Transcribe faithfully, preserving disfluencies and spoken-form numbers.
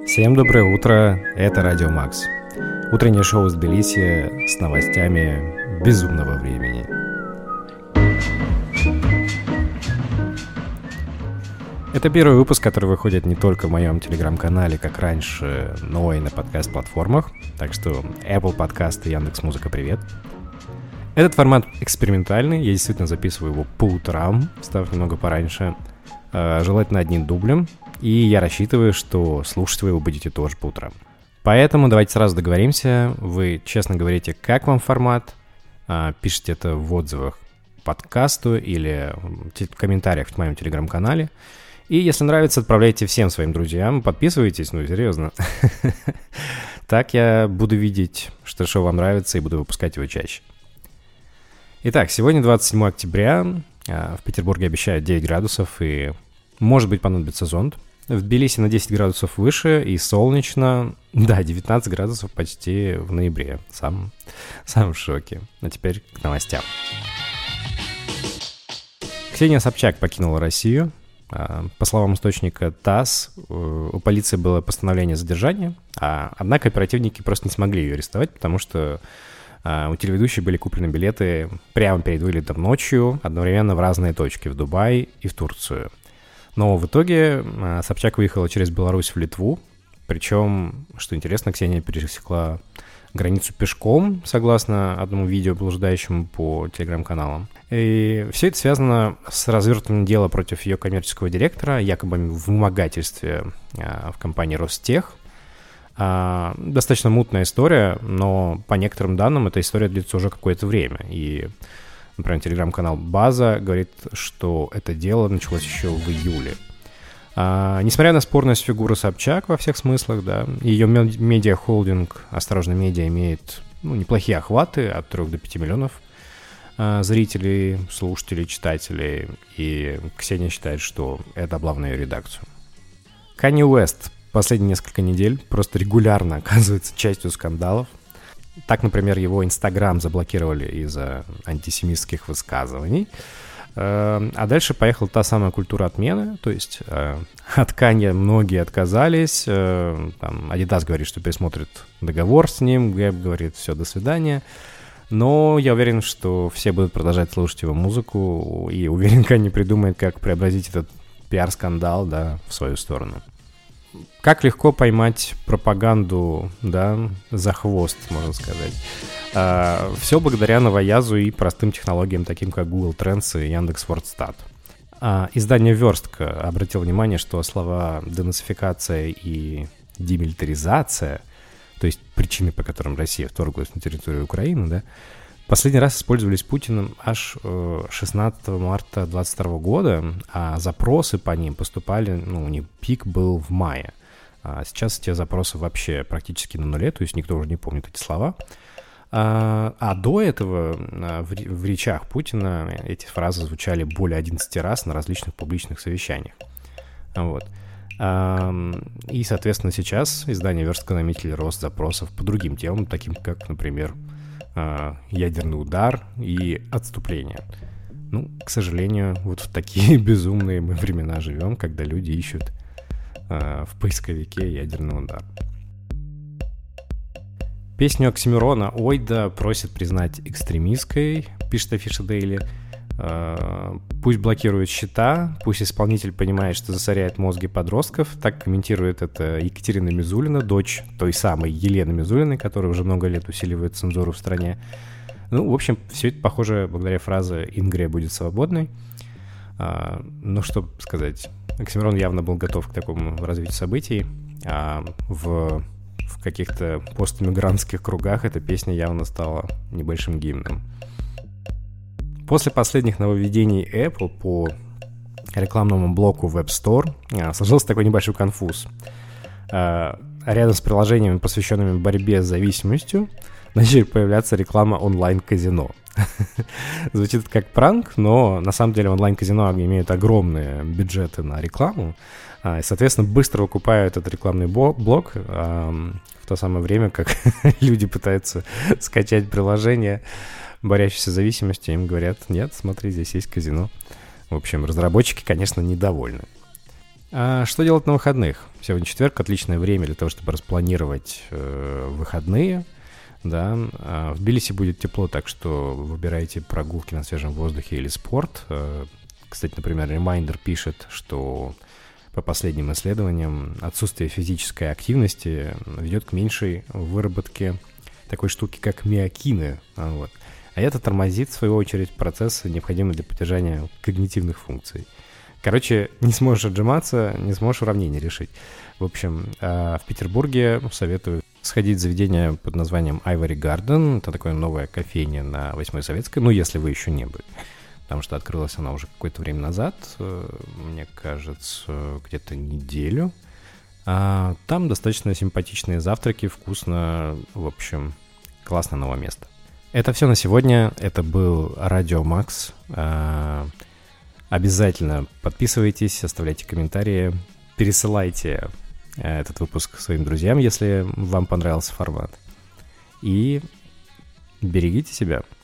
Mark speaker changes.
Speaker 1: Всем доброе утро, это Радио Макс. Утреннее шоу из Тбилиси с новостями безумного времени. Это первый выпуск, который выходит не только в моем телеграм-канале, как раньше, но и на подкаст-платформах. Так что Apple Podcast и Яндекс.Музыка, привет. Этот формат экспериментальный, я действительно записываю его по утрам, став немного пораньше, желательно одним дублем. И я рассчитываю, что слушать вы его будете тоже по утрам. Поэтому давайте сразу договоримся. Вы честно говорите, как вам формат. Пишите это в отзывах к подкасту или в комментариях в моем телеграм-канале. И если нравится, отправляйте всем своим друзьям. Подписывайтесь, ну серьезно. Так я буду видеть, что шоу вам нравится, и буду выпускать его чаще. Итак, сегодня двадцать седьмого октября. В Петербурге обещают девять градусов и, может быть, понадобится зонт. В Тбилиси на десять градусов выше и солнечно. Да, девятнадцать градусов почти в ноябре. Сам, сам в шоке. А теперь к новостям. Ксения Собчак покинула Россию. По словам источника ТАСС, у полиции было постановление задержания, а, однако оперативники просто не смогли ее арестовать, потому что у телеведущей были куплены билеты прямо перед вылетом ночью, одновременно в разные точки, в Дубай и в Турцию. Но в итоге Собчак выехала через Беларусь в Литву, причем, что интересно, Ксения пересекла границу пешком, согласно одному видео, блуждающему по телеграм-каналам. И все это связано с развертыванием дела против ее коммерческого директора, якобы в вымогательстве в компании Ростех. Достаточно мутная история, но по некоторым данным эта история длится уже какое-то время. И, например, телеграм-канал «База» говорит, что это дело началось еще в июле. А, несмотря на спорность фигуры Собчак во всех смыслах, да, ее медиа-холдинг «Осторожно, медиа» имеет ну, неплохие охваты от трёх до пяти миллионов а, зрителей, слушателей, читателей. И Ксения считает, что это облавная ее редакцию. Канье Уэст последние несколько недель просто регулярно оказывается частью скандалов. Так, например, его Инстаграм заблокировали из-за антисемитских высказываний. А дальше поехала та самая культура отмены, то есть от Канье многие отказались. Там, Adidas говорит, что пересмотрит договор с ним, Гэп говорит, все, до свидания. Но я уверен, что все будут продолжать слушать его музыку, и уверен, Канье придумает, как преобразить этот пиар-скандал, да, в свою сторону. Как легко поймать пропаганду, да, за хвост, можно сказать. А, все благодаря новоязу и простым технологиям, таким как Google Trends и Яндекс.Вордстат. А, издание «Верстка» обратило внимание, что слова «денацификация» и «демилитаризация», то есть причины, по которым Россия вторглась на территорию Украины, да, последний раз использовались Путиным аж шестнадцатого марта две тысячи двадцать второго года, а запросы по ним поступали, ну, у них пик был в мае. А сейчас те запросы вообще практически на нуле, то есть никто уже не помнит эти слова. А, а до этого в, в речах Путина эти фразы звучали более одиннадцати раз на различных публичных совещаниях. Вот. А, и, соответственно, сейчас издание «Верстка» наметили рост запросов по другим темам, таким как, например, ядерный удар и отступление. Ну, к сожалению, вот в такие безумные мы времена живем, когда люди ищут э, в поисковике ядерный удар. Песню Оксимирона «Ой да» просит признать экстремистской, пишет Афиша Дейли. Э, пусть блокируют счета, пусть исполнитель понимает, что засоряет мозги подростков. Так комментирует это Екатерина Мизулина, дочь той самой Елены Мизулиной, которая уже много лет усиливает цензуру в стране. Ну, в общем, все это похоже благодаря фразе «Ингрия будет свободной». А, ну, что сказать, Оксимирон явно был готов к такому развитию событий, а в, в каких-то постмигрантских кругах эта песня явно стала небольшим гимном. После последних нововведений Apple по рекламному блоку в App Store сложился такой небольшой конфуз. Рядом с приложениями, посвященными борьбе с зависимостью, начали появляться реклама онлайн-казино. Звучит это как пранк, но на самом деле онлайн-казино имеют огромные бюджеты на рекламу, и, соответственно, быстро выкупают этот рекламный блок в то самое время, как люди пытаются скачать приложение, борящиеся с зависимостью, им говорят: нет, смотри, здесь есть казино. В общем, разработчики, конечно, недовольны. А что делать на выходных? Сегодня четверг, отличное время для того, чтобы распланировать э, выходные. Да, а в Тбилиси будет тепло, так что выбирайте прогулки на свежем воздухе или спорт. Кстати, например, Reminder пишет, что по последним исследованиям отсутствие физической активности ведет к меньшей выработке такой штуки, как миокины. Вот. А это тормозит, в свою очередь, процессы, необходимые для поддержания когнитивных функций. Короче, не сможешь отжиматься, не сможешь уравнение решить. В общем, в Петербурге советую сходить в заведение под названием Ivory Garden. Это такое новое кофейня на восьмой Советской, ну, если вы еще не были. Потому что открылась она уже какое-то время назад, мне кажется, где-то неделю. А там достаточно симпатичные завтраки, вкусно, в общем, классное новое место. Это все на сегодня. Это был Радио Макс. Обязательно подписывайтесь, оставляйте комментарии, пересылайте этот выпуск своим друзьям, если вам понравился формат. И берегите себя.